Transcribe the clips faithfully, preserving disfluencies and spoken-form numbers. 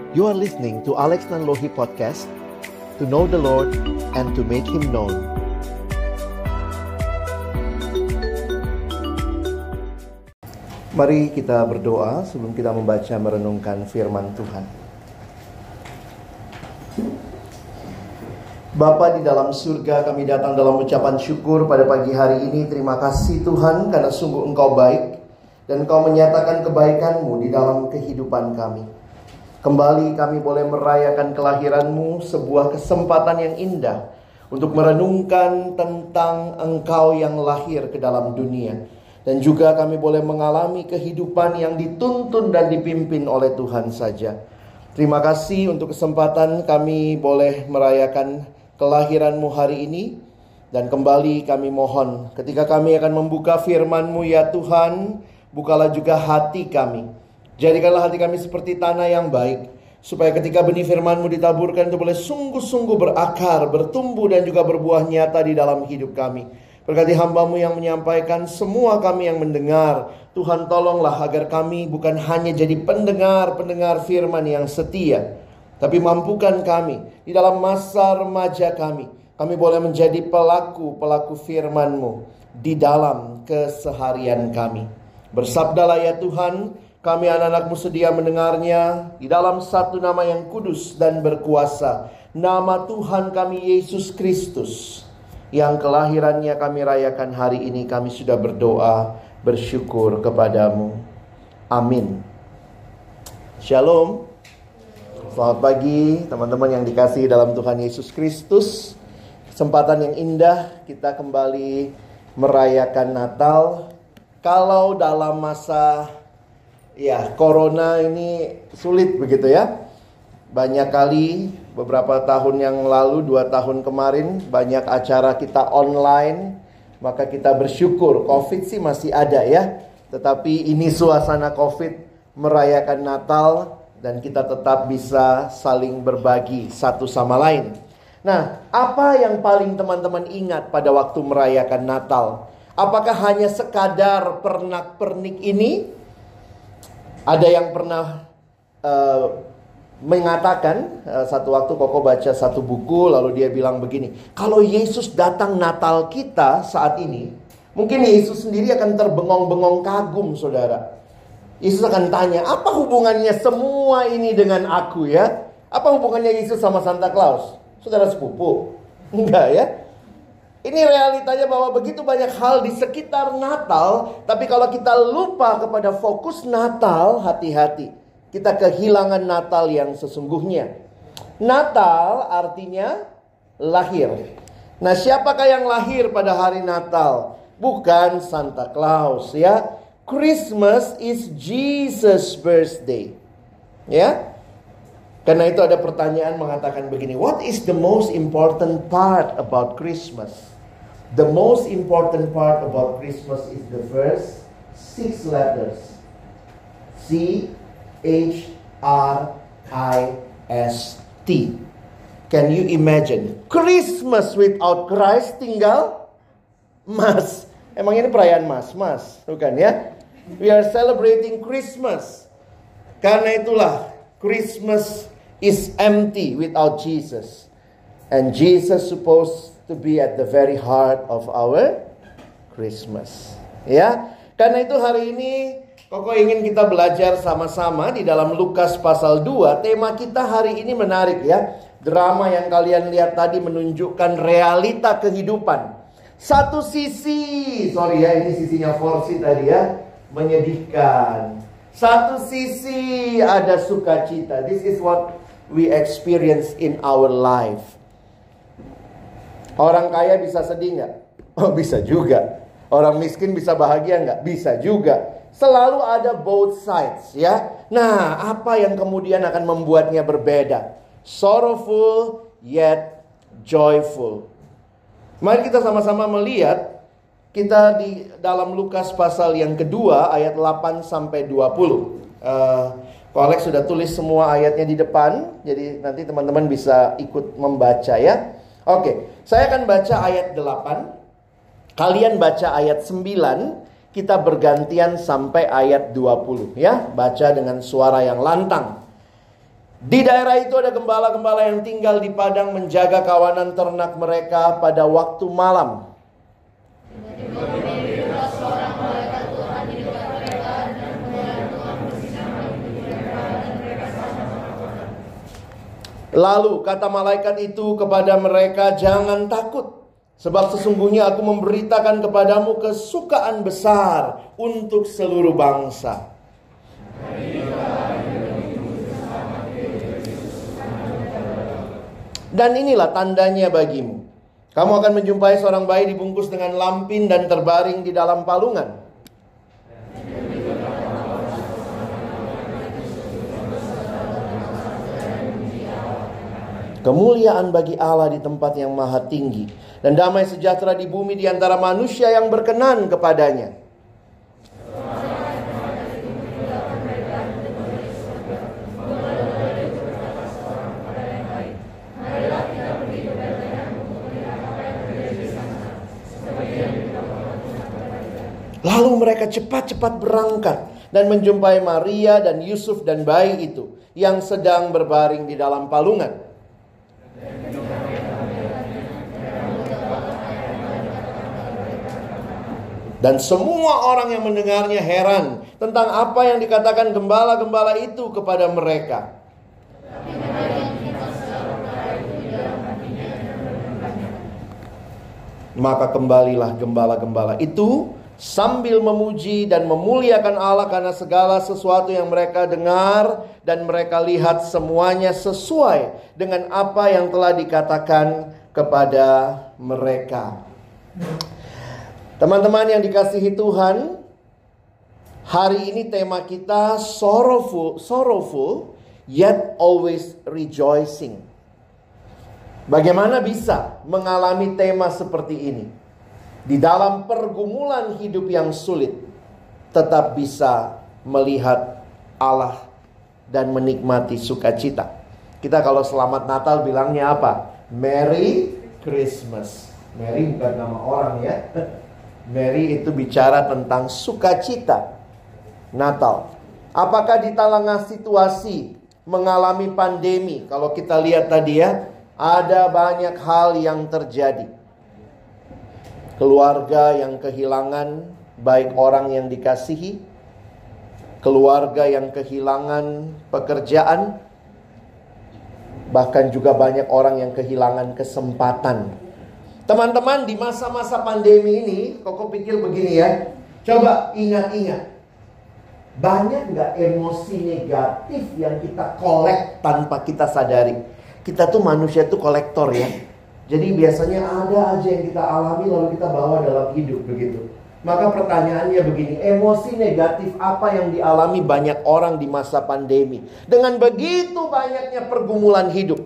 You are listening to Alex Nanlohi Podcast, to know the Lord and to make Him known. Mari kita berdoa sebelum kita membaca merenungkan firman Tuhan. Bapa di dalam surga, kami datang dalam ucapan syukur pada pagi hari ini. Terima kasih Tuhan, karena sungguh Engkau baik dan Engkau menyatakan kebaikan-Mu di dalam kehidupan kami. Kembali kami boleh merayakan kelahiran-Mu, sebuah kesempatan yang indah untuk merenungkan tentang Engkau yang lahir ke dalam dunia. Dan juga kami boleh mengalami kehidupan yang dituntun dan dipimpin oleh Tuhan saja. Terima kasih untuk kesempatan kami boleh merayakan kelahiran-Mu hari ini. Dan kembali kami mohon, ketika kami akan membuka firman-Mu ya Tuhan, bukalah juga hati kami. Jadikanlah hati kami seperti tanah yang baik, supaya ketika benih firman-Mu ditaburkan itu boleh sungguh-sungguh berakar, bertumbuh dan juga berbuah nyata di dalam hidup kami. Berkati hamba-Mu yang menyampaikan, semua kami yang mendengar. Tuhan tolonglah agar kami bukan hanya jadi pendengar-pendengar firman yang setia, tapi mampukan kami di dalam masa remaja kami, kami boleh menjadi pelaku-pelaku firman-Mu di dalam keseharian kami. Bersabdalah ya Tuhan, kami anak-anak-Mu sedia mendengarnya di dalam satu nama yang kudus dan berkuasa, nama Tuhan kami Yesus Kristus, yang kelahirannya kami rayakan hari ini. Kami sudah berdoa, bersyukur kepadamu. Amin. Shalom. Selamat pagi teman-teman yang dikasihi dalam Tuhan Yesus Kristus. Kesempatan yang indah kita kembali merayakan Natal. Kalau dalam masa ya corona ini sulit begitu ya. Banyak kali beberapa tahun yang lalu, dua tahun kemarin, banyak acara kita online. Maka kita bersyukur, Covid sih masih ada ya. Tetapi ini suasana Covid, merayakan Natal, dan kita tetap bisa saling berbagi satu sama lain. Nah, apa yang paling teman-teman ingat pada waktu merayakan Natal? Apakah hanya sekadar pernak-pernik ini? Ada yang pernah uh, mengatakan, uh, satu waktu Koko baca satu buku, lalu dia bilang begini, kalau Yesus datang Natal kita saat ini, mungkin Yesus sendiri akan terbengong-bengong kagum, saudara. Yesus akan tanya, apa hubungannya semua ini dengan aku ya? Apa hubungannya Yesus sama Santa Claus? Saudara sepupu? Enggak ya? Ini realitanya bahwa begitu banyak hal di sekitar Natal, tapi kalau kita lupa kepada fokus Natal, hati-hati. Kita kehilangan Natal yang sesungguhnya. Natal artinya lahir. Nah, siapakah yang lahir pada hari Natal? Bukan Santa Claus ya. Christmas is Jesus' birthday. Ya. Karena itu ada pertanyaan mengatakan begini, what is the most important part about Christmas? The most important part about Christmas is the first six letters. C H R I S T. Can you imagine? Christmas without Christ tinggal Mas. Emang ini perayaan Mas-mas, bukan ya? We are celebrating Christmas. Karena itulah Christmas is empty without Jesus. And Jesus supposed to be at the very heart of our Christmas. Ya, karena itu hari ini Koko ingin kita belajar sama-sama di dalam Lukas pasal dua. Tema kita hari ini menarik ya. Drama yang kalian lihat tadi menunjukkan realita kehidupan. Satu sisi, sorry ya, ini sisinya Forsi tadi ya, menyedihkan. Satu sisi ada sukacita. This is what we experience in our life. Orang kaya bisa sedih nggak? Oh, bisa juga. Orang miskin bisa bahagia nggak? Bisa juga. Selalu ada both sides ya. Nah, apa yang kemudian akan membuatnya berbeda? Sorrowful yet joyful. Mari kita sama-sama melihat. Kita di dalam Lukas pasal yang kedua ayat delapan sampai dua puluh. uh, Ko Alex sudah tulis semua ayatnya di depan, jadi nanti teman-teman bisa ikut membaca ya. Oke, saya akan baca ayat delapan, kalian baca ayat sembilan, kita bergantian sampai ayat dua puluh ya. Baca dengan suara yang lantang. Di daerah itu ada gembala-gembala yang tinggal di padang menjaga kawanan ternak mereka pada waktu malam. Lalu kata malaikat itu kepada mereka, jangan takut, sebab sesungguhnya aku memberitakan kepadamu kesukaan besar untuk seluruh bangsa. Dan inilah tandanya bagimu. Kamu akan menjumpai seorang bayi dibungkus dengan lampin dan terbaring di dalam palungan. Kemuliaan bagi Allah di tempat yang maha tinggi, dan damai sejahtera di bumi di antara manusia yang berkenan kepadanya. Lalu mereka cepat-cepat berangkat dan menjumpai Maria dan Yusuf dan bayi itu yang sedang berbaring di dalam palungan. Dan semua orang yang mendengarnya heran tentang apa yang dikatakan gembala-gembala itu kepada mereka. Maka kembalilah gembala-gembala itu sambil memuji dan memuliakan Allah karena segala sesuatu yang mereka dengar dan mereka lihat semuanya sesuai dengan apa yang telah dikatakan kepada mereka. Teman-teman yang dikasihi Tuhan, hari ini tema kita sorrowful, sorrowful yet always rejoicing. Bagaimana bisa mengalami tema seperti ini? Di dalam pergumulan hidup yang sulit, tetap bisa melihat Allah dan menikmati sukacita. Kita kalau selamat Natal bilangnya apa? Merry Christmas. Mary bukan nama orang ya. Mary itu bicara tentang sukacita Natal. Apakah di tengah situasi mengalami pandemi, kalau kita lihat tadi ya, ada banyak hal yang terjadi. Keluarga yang kehilangan baik orang yang dikasihi, keluarga yang kehilangan pekerjaan, bahkan juga banyak orang yang kehilangan kesempatan. Teman-teman, di masa-masa pandemi ini, Koko pikir begini ya, coba ingat-ingat, banyak gak emosi negatif yang kita kolek tanpa kita sadari? Kita tuh manusia tuh kolektor ya. Jadi biasanya ada aja yang kita alami lalu kita bawa dalam hidup begitu. Maka pertanyaannya begini, emosi negatif apa yang dialami banyak orang di masa pandemi? Dengan begitu banyaknya pergumulan hidup.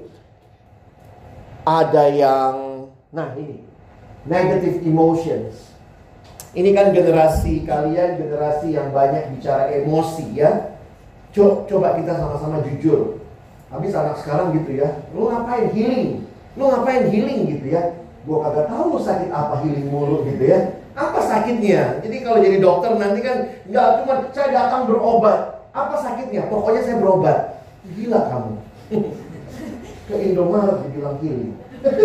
Ada yang, nah ini, negative emotions. Ini kan generasi kalian, generasi yang banyak bicara emosi ya. Coba kita sama-sama jujur. Habis anak sekarang gitu ya, lu ngapain healing? Lu ngapain healing gitu ya? Gua kagak tahu lu sakit apa healing mulu gitu ya. Apa sakitnya? Jadi kalau jadi dokter nanti kan nggak cuma saya datang berobat. Apa sakitnya? Pokoknya saya berobat. Gila kamu. Ke Indomaret dibilang healing.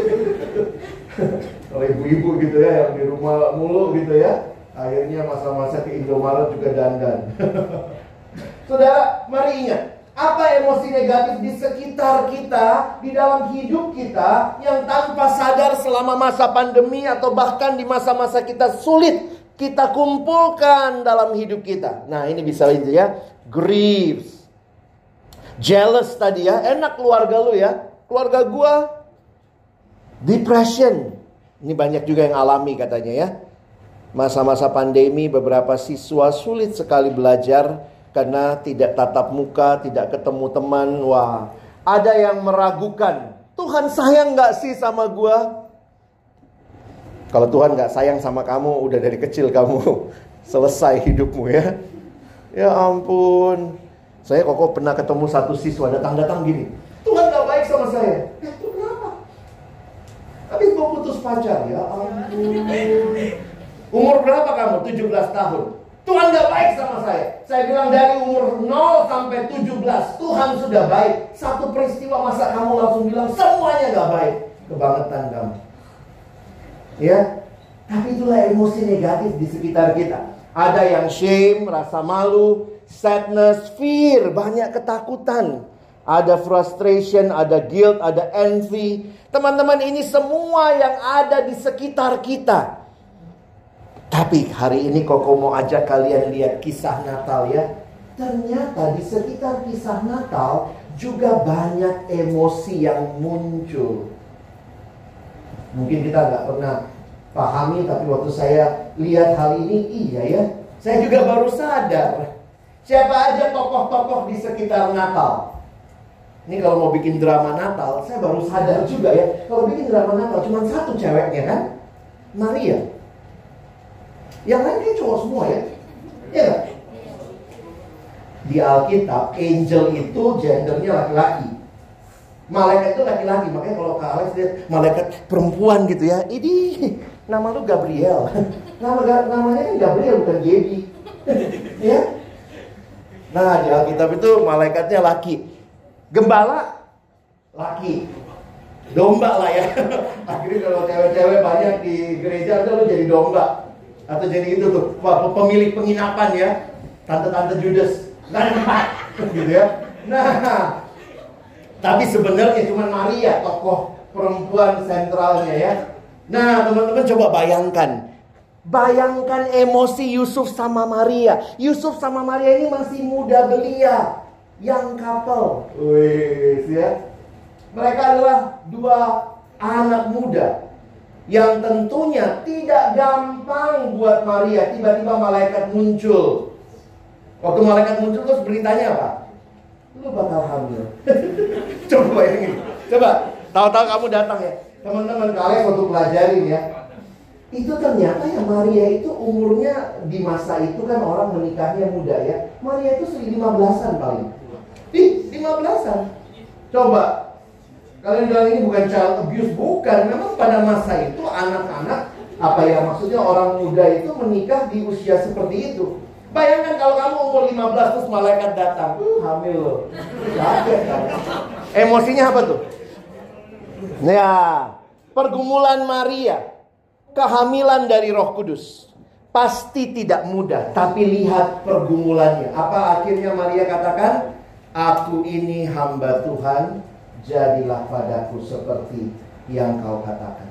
Kalau ibu-ibu gitu ya yang di rumah mulu gitu ya, akhirnya masa-masa ke Indomaret juga dandan. Saudara, mari ingat, apa emosi negatif di sekitar kita, di dalam hidup kita, yang tanpa sadar selama masa pandemi atau bahkan di masa-masa kita sulit, kita kumpulkan dalam hidup kita. Nah ini bisa itu ya, griefs, jealous tadi ya, enak keluarga lu ya, keluarga gua depression. Ini banyak juga yang alami katanya ya. Masa-masa pandemi beberapa siswa sulit sekali belajar karena tidak tatap muka, tidak ketemu teman. Wah, ada yang meragukan, Tuhan sayang gak sih sama gua? Kalau Tuhan gak sayang sama kamu, udah dari kecil kamu selesai hidupmu ya. Ya ampun. Saya kok pernah ketemu satu siswa datang-datang gini, Tuhan gak baik sama saya. Eh, itu kenapa? Habis mau putus pacar, ya ampun. Umur berapa kamu? tujuh belas tahun. Tuhan gak baik sama saya. Saya bilang dari umur nol sampai tujuh belas Tuhan sudah baik. Satu peristiwa masa kamu langsung bilang semuanya gak baik. Kebangetan kamu. Ya, tapi itulah emosi negatif di sekitar kita. Ada yang shame, rasa malu, sadness, fear, banyak ketakutan. Ada frustration, ada guilt, ada envy. Teman-teman, ini semua yang ada di sekitar kita. Tapi hari ini Koko mau ajak kalian lihat kisah Natal ya. Ternyata di sekitar kisah Natal juga banyak emosi yang muncul. Mungkin kita nggak pernah pahami, tapi waktu saya lihat hal ini, iya ya, saya juga baru sadar. Siapa aja tokoh-tokoh di sekitar Natal? Ini kalau mau bikin drama Natal, saya baru sadar juga ya, kalau bikin drama Natal cuma satu ceweknya kan, Maria. Yang lain kayak cowok semua ya, iya gak? Di Alkitab, angel itu gendernya laki-laki, malaikat itu laki-laki. Makanya kalau Kak Alex lihat malaikat perempuan gitu ya, ini nama lu Gabriel. Nama namanya kan Gabriel, bukan Gaby. Ya. Nah, di Alkitab itu malaikatnya laki. Gembala laki. Domba lah ya. Akhirnya kalau cewek-cewek banyak di gereja udah lu jadi domba. Atau jadi itu tuh pemilik penginapan ya. Tante-tante Judas. Nggak ada tempat gitu ya. Nah, tapi sebenarnya cuma Maria tokoh perempuan sentralnya ya. Nah, teman-teman coba bayangkan. Bayangkan emosi Yusuf sama Maria. Yusuf sama Maria ini masih muda belia, young couple. Wih, ya. Mereka adalah dua anak muda yang tentunya tidak gampang buat Maria. Tiba-tiba malaikat muncul. Waktu malaikat muncul terus beritanya apa? Lu bakal hamil. Coba bayangin. Coba, tahu-tahu kamu datang ya. Teman-teman kalian waktu pelajarin ya. Itu ternyata ya Maria itu umurnya di masa itu kan orang menikahnya muda ya. Maria itu lima belasan paling. Ih, lima belasan. Coba. Kalian bilang ini bukan child abuse, bukan. Memang pada masa itu anak-anak, apa ya maksudnya orang muda itu menikah di usia seperti itu. Bayangkan kalau kamu umur lima belas terus malaikat datang, uh, hamil loh. Kaget kan? Emosinya apa tuh? Ya, pergumulan Maria, kehamilan dari Roh Kudus, pasti tidak mudah. Tapi lihat pergumulannya. Apa akhirnya Maria katakan? Aku ini hamba Tuhan, jadilah padaku seperti yang kau katakan.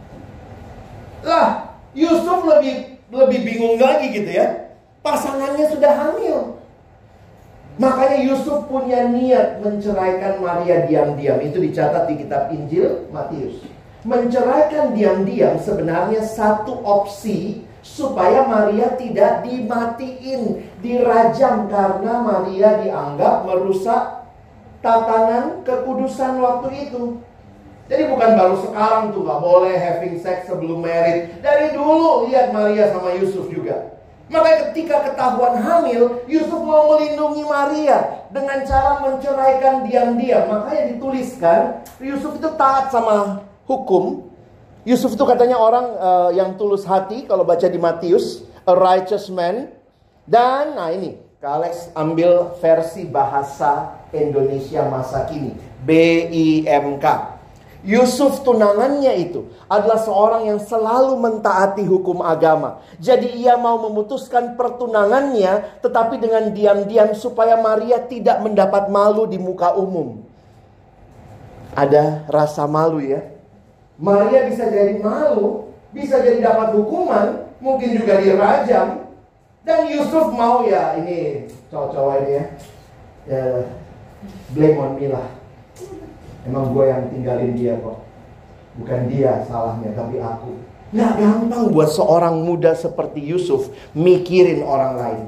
Lah, Yusuf lebih lebih bingung lagi gitu ya. Pasangannya sudah hamil. Makanya Yusuf punya niat menceraikan Maria diam-diam. Itu dicatat di kitab Injil Matius. Menceraikan diam-diam sebenarnya satu opsi supaya Maria tidak dimatiin, dirajam, karena Maria dianggap merusak tatanan kekudusan waktu itu. Jadi bukan baru sekarang tuh gak boleh having sex sebelum married. Dari dulu lihat Maria sama Yusuf juga. Makanya ketika ketahuan hamil, Yusuf mau melindungi Maria dengan cara menceraikan diam-diam. Makanya dituliskan Yusuf itu taat sama hukum. Yusuf itu katanya orang uh, yang tulus hati. Kalau baca di Matius, a righteous man. Dan nah ini Kak Alex ambil versi bahasa Indonesia masa kini, B I M K. Yusuf tunangannya itu adalah seorang yang selalu mentaati hukum agama. Jadi ia mau memutuskan pertunangannya, tetapi dengan diam-diam supaya Maria tidak mendapat malu di muka umum. Ada rasa malu ya. Maria bisa jadi malu, bisa jadi dapat hukuman, mungkin juga dirajam. Dan Yusuf mau ya, ini cowok-cowok ini ya, ya blame on me lah. Emang gue yang tinggalin dia kok. Bukan dia salahnya, tapi aku. Nggak gampang buat seorang muda seperti Yusuf mikirin orang lain.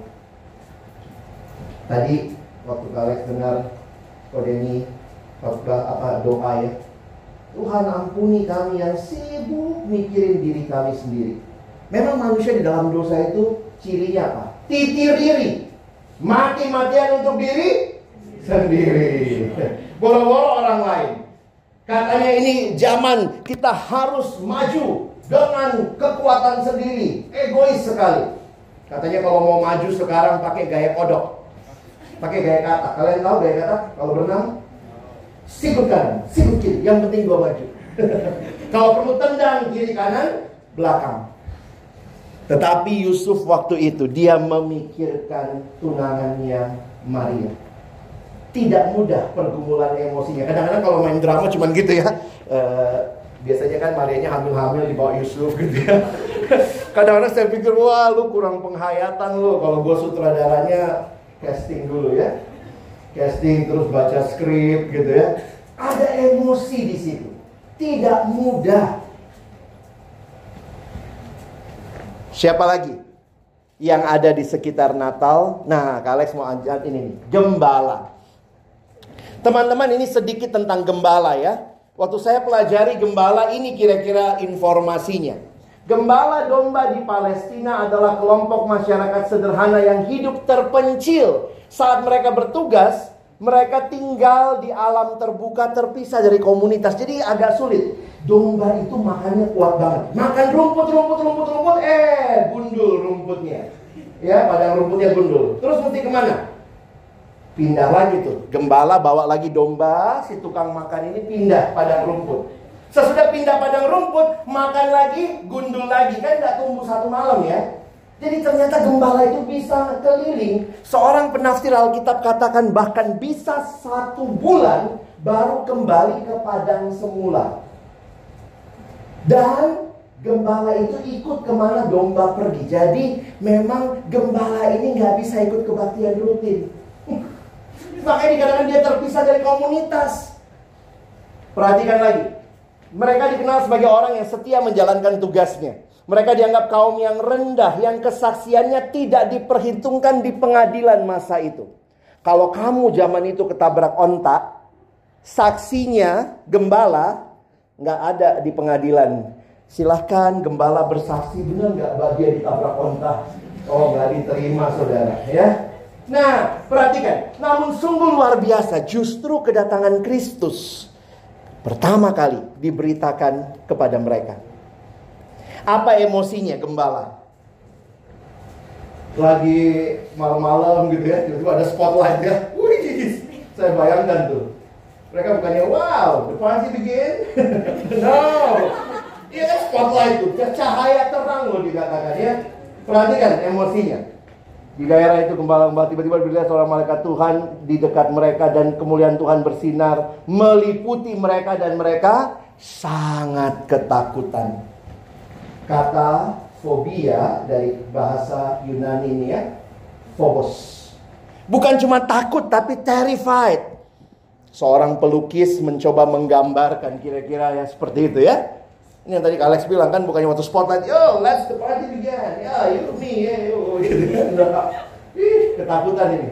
Tadi waktu Alex dengar Kodeni apa doa ya, Tuhan ampuni kami yang sibuk mikirin diri kami sendiri. Memang manusia di dalam dosa itu cirinya apa? Titir diri, mati-matian untuk diri sendiri, boro-boro orang lain. Katanya ini zaman kita harus maju dengan kekuatan sendiri, egois sekali. Katanya kalau mau maju sekarang pakai gaya kodok, pakai gaya kata. Kalian tahu gaya kata? Kalau berenang, sikut kanan, sikut kiri. Yang penting gua maju. Kalau perlu tendang kiri kanan, belakang. Tetapi Yusuf waktu itu dia memikirkan tunangannya Maria. Tidak mudah pergumulan emosinya. Kadang-kadang kalau main drama cuman gitu ya. Uh, biasanya kan Marianya hamil-hamil di bawah Yusuf gitu ya. Kadang-kadang saya pikir, wah lu kurang penghayatan lu. Kalau gue sutradaranya casting dulu ya. Casting terus baca skrip gitu ya. Ada emosi di situ. Tidak mudah. Siapa lagi yang ada di sekitar Natal? Nah, Kak Alex mau ajak ini nih, gembala. Teman-teman, ini sedikit tentang gembala ya. Waktu saya pelajari gembala, ini kira-kira informasinya. Gembala domba di Palestina adalah kelompok masyarakat sederhana yang hidup terpencil. Saat mereka bertugas, mereka tinggal di alam terbuka, terpisah dari komunitas. Jadi agak sulit. Domba itu makannya kuat banget. Makan rumput, rumput, rumput, rumput. Eh, gundul rumputnya. Ya, padang rumputnya gundul. Terus mesti kemana? Pindah lagi tuh. Gembala bawa lagi domba. Si tukang makan ini pindah padang rumput. Sesudah pindah padang rumput, makan lagi, gundul lagi. Kan gak tumbuh satu malam ya. Jadi ternyata gembala itu bisa keliling. Seorang penafsir Alkitab katakan bahkan bisa satu bulan baru kembali ke padang semula. Dan gembala itu ikut kemana domba pergi. Jadi memang gembala ini gak bisa ikut kebaktian rutin. Makanya dikatakan dia terpisah dari komunitas. Perhatikan lagi. Mereka dikenal sebagai orang yang setia menjalankan tugasnya. Mereka dianggap kaum yang rendah, yang kesaksiannya tidak diperhitungkan di pengadilan masa itu. Kalau kamu zaman itu ketabrak onta, saksinya gembala nggak ada di pengadilan. Silahkan gembala bersaksi, benar nggak bahwa dia ditabrak onta? Oh, nggak diterima saudara ya. Nah, perhatikan. Namun sungguh luar biasa, justru kedatangan Kristus pertama kali diberitakan kepada mereka. Apa emosinya gembala? Lagi malam-malam gitu ya, tiba-tiba ada spotlight ya. Wih, saya bayangkan tuh. Mereka bukannya wow, the party begin. No. Iya kan spotlight tuh, cahaya terang loh dikatakan ya. Perhatikan emosinya. Di daerah itu gembala-gembala tiba-tiba dilihat seorang malaikat Tuhan di dekat mereka dan kemuliaan Tuhan bersinar meliputi mereka dan mereka sangat ketakutan. Kata fobia dari bahasa Yunani ini ya, phobos. Bukan cuma takut tapi terrified. Seorang pelukis mencoba menggambarkan kira-kira ya seperti itu ya. Ini yang tadi Alex bilang kan, bukannya waktu spotlight, yo let's the party begin, ya you me, ya you, gitu kan. Ih, ketakutan ini.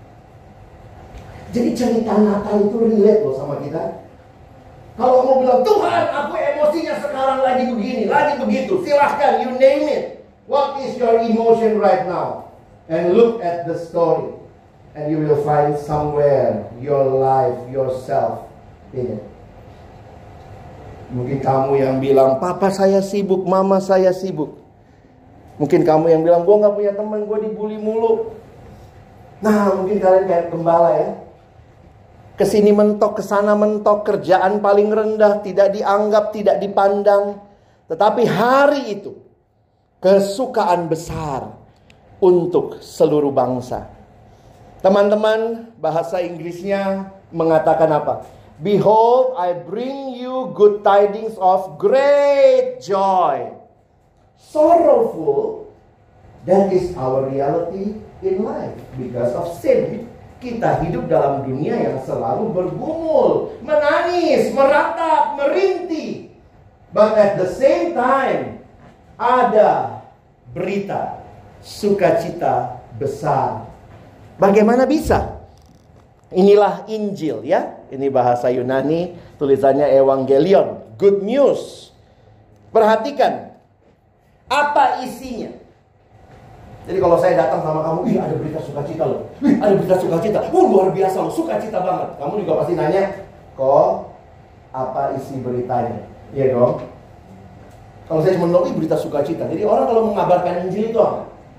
Jadi cerita Natal itu relate loh sama kita. Kalau mau bilang, Tuhan aku emosinya sekarang lagi begini, lagi begitu, silahkan, you name it. What is your emotion right now? And look at the story. And you will find somewhere your life, yourself in it. Mungkin kamu yang bilang, papa saya sibuk, mama saya sibuk. Mungkin kamu yang bilang, gue gak punya teman, gue dibully mulu. Nah, mungkin kalian kayak gembala ya. Kesini mentok, kesana mentok, kerjaan paling rendah, tidak dianggap, tidak dipandang. Tetapi hari itu, kesukaan besar untuk seluruh bangsa. Teman-teman, bahasa Inggrisnya mengatakan apa? Behold, I bring you good tidings of great joy. Sorrowful, that is our reality in life. Because of sin, kita hidup dalam dunia yang selalu bergumul, menangis, meratap, merintih. But at the same time, ada berita sukacita besar. Bagaimana bisa? Inilah Injil ya. Ini bahasa Yunani, tulisannya Evangelion, good news. Perhatikan apa isinya. Jadi kalau saya datang sama kamu, wih ada berita sukacita loh. Wih ada berita sukacita. Wah luar biasa loh, sukacita banget. Kamu juga pasti nanya, kok apa isi beritanya? Iya dong. Kalau saya cuma bilang, wih berita sukacita. Jadi orang kalau mengabarkan Injil itu apa?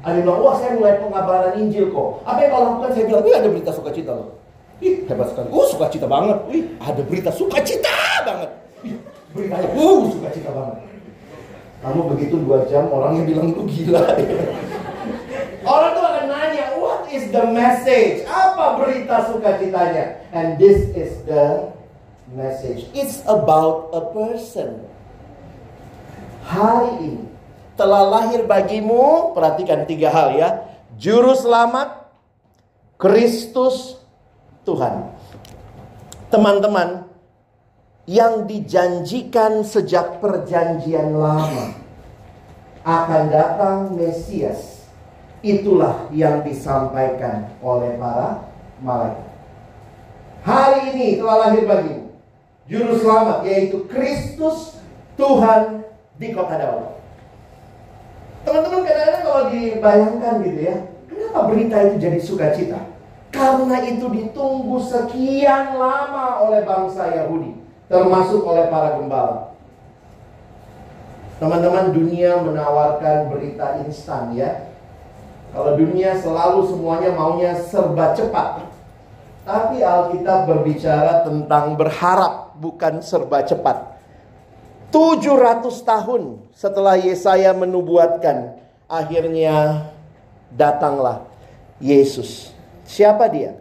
Ada yang bilang, wah saya mulai pengabaran Injil kok. Apa yang kau lakukan? Saya bilang, wih ada berita sukacita loh. Ih hebat sekali. Oh sukacita banget. Wih ada berita sukacita banget. Ih, beritanya, uh sukacita banget. Kamu begitu dua jam orangnya bilang lu gila. Orang tuh akan nanya, what is the message? Apa berita sukacitanya? And this is the message. It's about a person. Hari ini telah lahir bagimu, perhatikan tiga hal ya. Juru selamat, Kristus, Tuhan. Teman-teman, yang dijanjikan sejak perjanjian lama akan datang Mesias, itulah yang disampaikan oleh para malaikat. Hari ini telah lahir bagimu Juru selamat, yaitu Kristus, Tuhan di kota Daud. Teman-teman, kadang-kadang kalau dibayangkan gitu ya, kenapa berita itu jadi sukacita? Karena itu ditunggu sekian lama oleh bangsa Yahudi, termasuk oleh para gembala. Teman-teman, dunia menawarkan berita instan ya. Kalau dunia selalu semuanya maunya serba cepat. Tapi Alkitab berbicara tentang berharap, bukan serba cepat. tujuh ratus tahun setelah Yesaya menubuatkan, akhirnya datanglah Yesus. Siapa dia?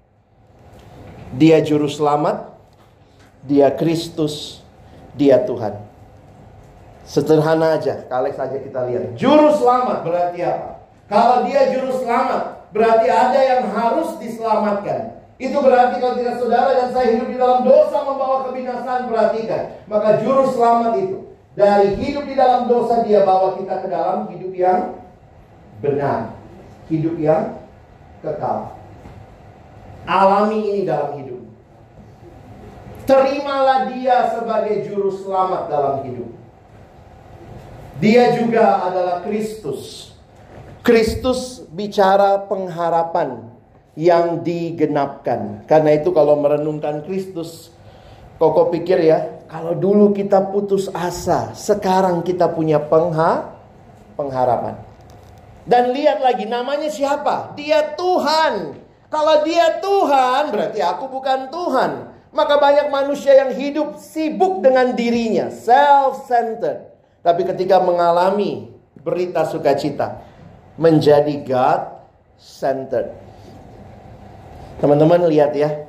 Dia juru selamat, dia Kristus, dia Tuhan. Sederhana aja, kali saja kita lihat. Juru selamat berarti apa? Kalau dia juru selamat, berarti ada yang harus diselamatkan. Itu berarti kalau tidak saudara dan saya hidup di dalam dosa membawa kebinasaan, perhatikan. Maka juru selamat itu, dari hidup di dalam dosa, dia bawa kita ke dalam hidup yang benar, hidup yang kekal. Alami ini dalam hidup. Terimalah dia sebagai juru selamat dalam hidup. Dia juga adalah Kristus. Kristus bicara pengharapan yang digenapkan. Karena itu kalau merenungkan Kristus, kok pikir ya, kalau dulu kita putus asa, sekarang kita punya pengha, pengharapan. Dan lihat lagi, namanya siapa? Dia Tuhan. Kalau dia Tuhan, berarti aku bukan Tuhan. Maka banyak manusia yang hidup sibuk dengan dirinya, self-centered. Tapi ketika mengalami berita sukacita, menjadi God-centered. Teman-teman lihat ya,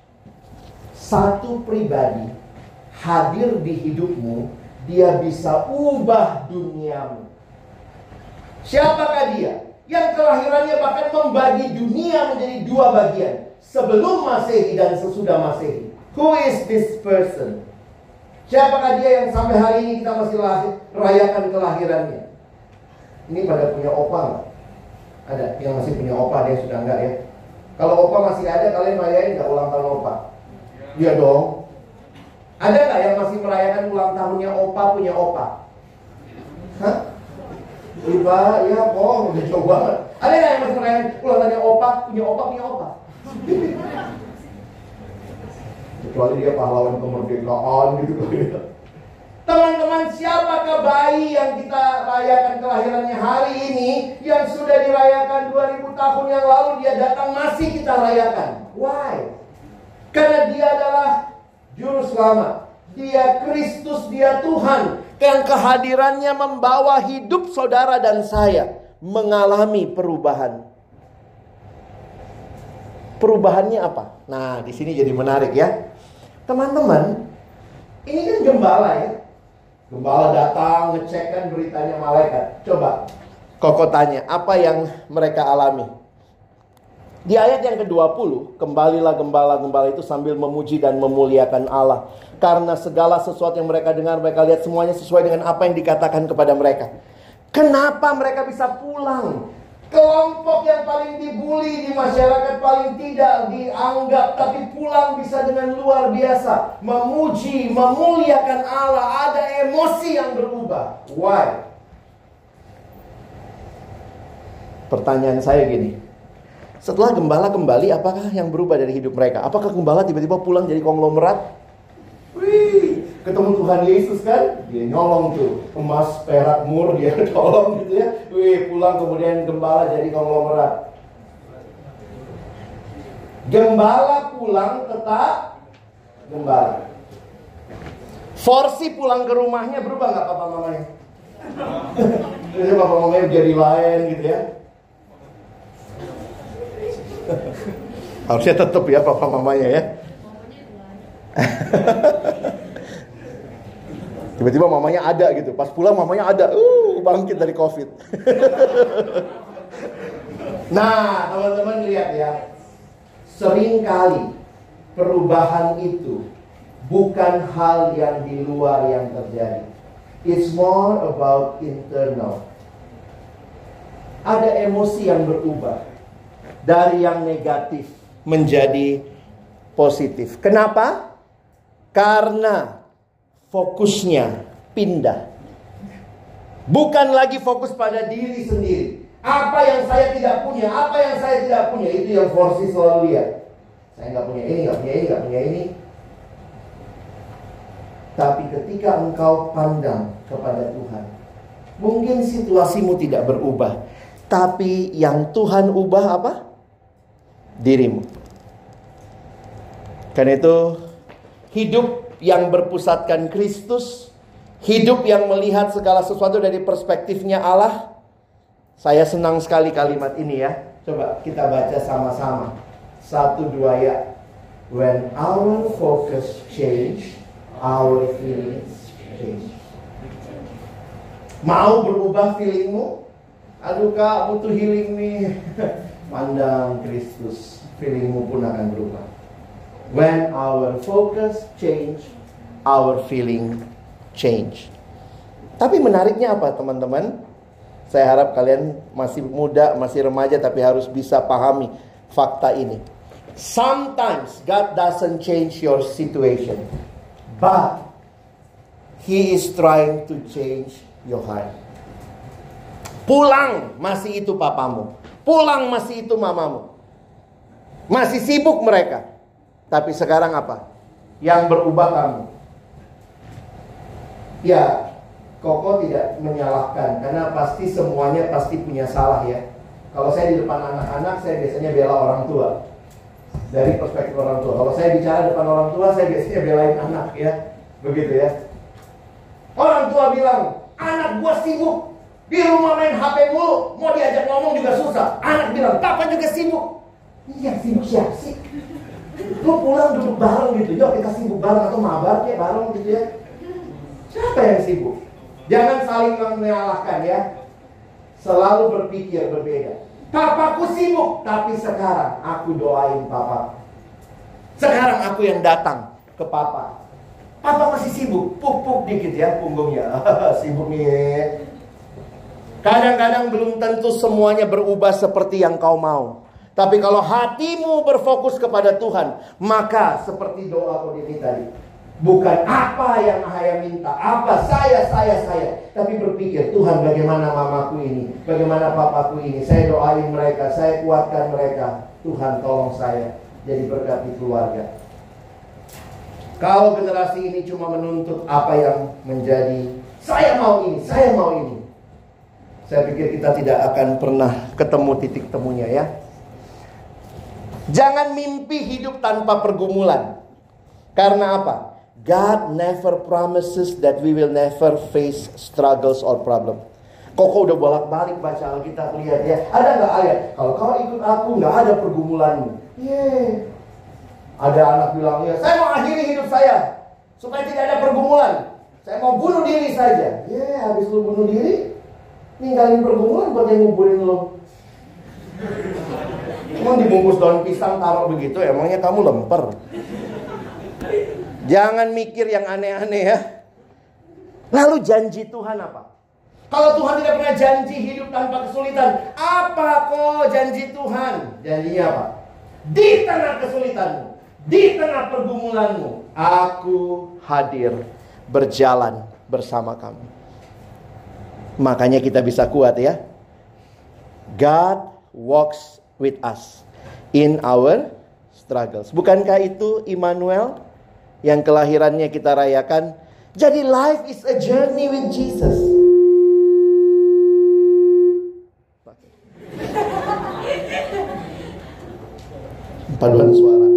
satu pribadi hadir di hidupmu, dia bisa ubah duniamu. Siapakah dia? Yang kelahirannya bahkan membagi dunia menjadi dua bagian, sebelum Masehi dan sesudah Masehi. Who is this person? Siapakah dia yang sampai hari ini kita masih lahir, rayakan kelahirannya? Ini pada punya opa nggak? Ada yang masih punya opa, dia sudah enggak ya? Kalau opa masih ada, kalian rayain nggak ulang tahun opa? Iya dong. Ada nggak yang masih merayakan ulang tahunnya opa punya opa? Hah? Iba, ya kok udah coba. Ada nggak yang masih merayakan ulang tahunnya opa punya opa punya opa? Kecuali dia pahlawan kemerdekaan gitu. Teman-teman, siapakah bayi yang kita rayakan kelahirannya hari ini, yang sudah dirayakan dua ribu tahun yang lalu, dia datang masih kita rayakan? Why? Karena dia adalah juru selamat. Dia Kristus, dia Tuhan, yang kehadirannya membawa hidup saudara dan saya mengalami perubahan. Perubahannya apa? Nah, di sini jadi menarik ya. Teman-teman, ini kan gembala ya. Gembala datang ngecekkan beritanya malaikat. Coba Koko tanya, apa yang mereka alami? Di ayat yang kedua puluh, kembalilah gembala-gembala itu sambil memuji dan memuliakan Allah. Karena segala sesuatu yang mereka dengar, mereka lihat semuanya sesuai dengan apa yang dikatakan kepada mereka. Kenapa mereka bisa pulang? Kelompok yang paling dibully di masyarakat, paling tidak dianggap, tapi pulang bisa dengan luar biasa. Memuji, memuliakan Allah, ada emosi yang berubah. Why? Pertanyaan saya gini, setelah gembala kembali, apakah yang berubah dari hidup mereka? Apakah gembala tiba-tiba pulang jadi konglomerat? Wih, ketemu Tuhan Yesus kan, dia nyolong tuh emas, perak, mur, dia tolong gitu ya. Wih, pulang kemudian gembala jadi konglomerat. Gembala pulang tetap gembala. Forsi pulang ke rumahnya berubah nggak papa mamanya? Jadi papa mamanya jadi lain gitu ya. Harusnya tetap ya papa mamanya ya. Tiba-tiba mamanya ada gitu. Pas pulang mamanya ada. Uh, bangkit dari COVID. Nah, teman-teman lihat ya. Seringkali perubahan itu bukan hal yang di luar yang terjadi. It's more about internal. Ada emosi yang berubah dari yang negatif menjadi positif. Kenapa? Karena fokusnya pindah. Bukan lagi fokus pada diri sendiri. Apa yang saya tidak punya, apa yang saya tidak punya, itu yang Forsi selalu lihat. Saya nggak punya ini, nggak punya ini, nggak punya ini. Tapi ketika engkau pandang kepada Tuhan, mungkin situasimu tidak berubah, tapi yang Tuhan ubah apa? Dirimu. Karena itu hidup yang berpusatkan Kristus, hidup yang melihat segala sesuatu dari perspektifnya Allah. Saya senang sekali kalimat ini ya. Coba kita baca sama-sama. Satu dua ya. When our focus change, our feelings change. Mau berubah feelingmu? Aduh kak, butuh healing nih. Pandang Kristus, feelingmu pun akan berubah. When our focus change, our feeling change. Tapi menariknya apa teman-teman? Saya harap kalian masih muda, masih remaja, tapi harus bisa pahami fakta ini. Sometimes God doesn't change your situation, but He is trying to change your heart. Pulang masih itu papamu, pulang masih itu mamamu, masih sibuk mereka. Tapi sekarang apa? Yang berubah kamu. Ya, Koko tidak menyalahkan, karena pasti semuanya pasti punya salah ya. Kalau saya di depan anak-anak, saya biasanya bela orang tua. Dari perspektif orang tua. Kalau saya bicara depan orang tua, saya biasanya belain anak ya. Begitu ya. Orang tua bilang, anak gua sibuk, di rumah main H P mulu, mau diajak ngomong juga susah. Anak bilang, papa juga sibuk. Iya, sibuk siapa sih? Lu pulang duduk bareng gitu, yuk kita sibuk bareng atau mabar kayak bareng gitu ya. Siapa yang sibuk? Jangan saling menyalahkan ya. Selalu berpikir berbeda. Papaku sibuk, tapi sekarang aku doain papa. Sekarang aku yang datang ke papa. Papa masih sibuk, puk-puk dikit ya punggungnya. Sibuk nih. Kadang-kadang belum tentu semuanya berubah seperti yang kau mau. Tapi kalau hatimu berfokus kepada Tuhan, maka seperti doa Kodini tadi, bukan apa yang saya minta, apa saya, saya, saya, tapi berpikir, Tuhan bagaimana mamaku ini, bagaimana papaku ini, saya doain mereka, saya kuatkan mereka. Tuhan tolong saya jadi berkat di keluarga. Kalau generasi ini cuma menuntut apa yang menjadi, saya mau ini, saya mau ini, saya pikir kita tidak akan pernah ketemu titik temunya ya. Jangan mimpi hidup tanpa pergumulan. Karena apa? God never promises that we will never face struggles or problem. Koko udah bolak-balik baca Alkitab, lihat ya. Ada nggak ayat? Kalau kau ikut aku nggak ada pergumulanmu. Yeay. Ada anak bilang, ya saya mau akhiri hidup saya supaya tidak ada pergumulan. Saya mau bunuh diri saja. Yeay, habis lu bunuh diri, ninggalin pergumulan buat yang nguburin lu. Emang dibungkus daun pisang taruh begitu, emangnya kamu lemper? Jangan mikir yang aneh-aneh ya. Lalu janji Tuhan apa? Kalau Tuhan tidak pernah janji hidup tanpa kesulitan, apa kok janji Tuhan? Janjinya apa? Di tengah kesulitanmu, di tengah pergumulanmu, aku hadir berjalan bersama kamu. Makanya kita bisa kuat ya. God walks with us in our struggles. Bukankah itu Immanuel yang kelahirannya kita rayakan Jadi life is a journey with Jesus. Paduan suara.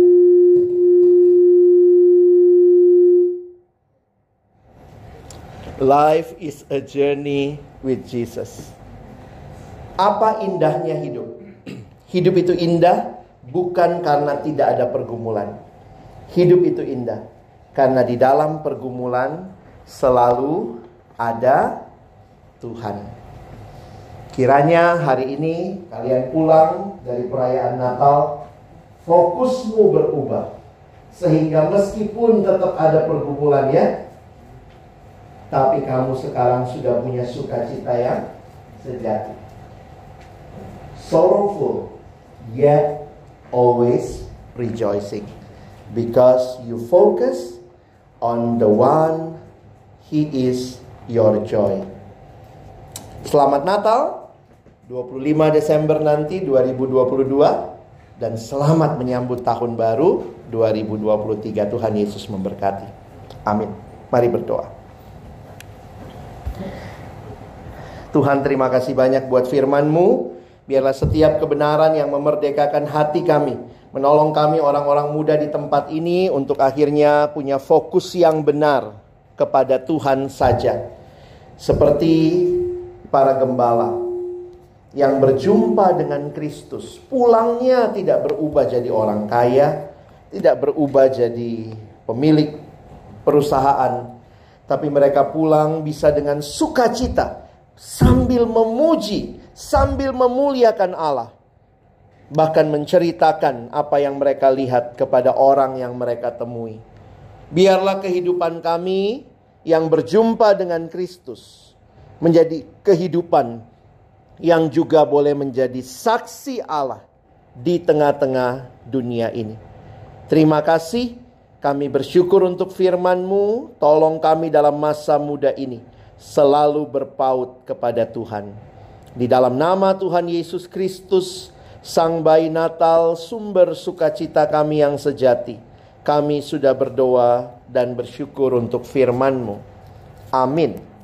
Life is a journey with Jesus. Apa indahnya hidup? Hidup itu indah bukan karena tidak ada pergumulan. Hidup itu indah karena di dalam pergumulan selalu ada Tuhan. Kiranya hari ini kalian pulang dari perayaan Natal, fokusmu berubah. Sehingga meskipun tetap ada pergumulan ya, tapi kamu sekarang sudah punya sukacita yang sejati. Sorrowful, yet always rejoicing. Because you focus on the one, He is your joy. Selamat Natal, dua puluh lima Desember nanti dua ribu dua puluh dua. Dan selamat menyambut tahun baru dua ribu dua puluh tiga. Tuhan Yesus memberkati. Amin. Mari berdoa. Tuhan, terima kasih banyak buat firman-Mu. Biarlah setiap kebenaran yang memerdekakan hati kami, menolong kami orang-orang muda di tempat ini untuk akhirnya punya fokus yang benar kepada Tuhan saja. Seperti para gembala yang berjumpa dengan Kristus, pulangnya tidak berubah jadi orang kaya, tidak berubah jadi pemilik perusahaan, tapi mereka pulang bisa dengan sukacita, sambil memuji, sambil memuliakan Allah, bahkan menceritakan apa yang mereka lihat kepada orang yang mereka temui. Biarlah kehidupan kami yang berjumpa dengan Kristus menjadi kehidupan yang juga boleh menjadi saksi Allah di tengah-tengah dunia ini. Terima kasih, kami bersyukur untuk firman-Mu. Tolong kami dalam masa muda ini selalu berpaut kepada Tuhan. Di dalam nama Tuhan Yesus Kristus, Sang Bayi Natal, sumber sukacita kami yang sejati, kami sudah berdoa dan bersyukur untuk firman-Mu. Amin.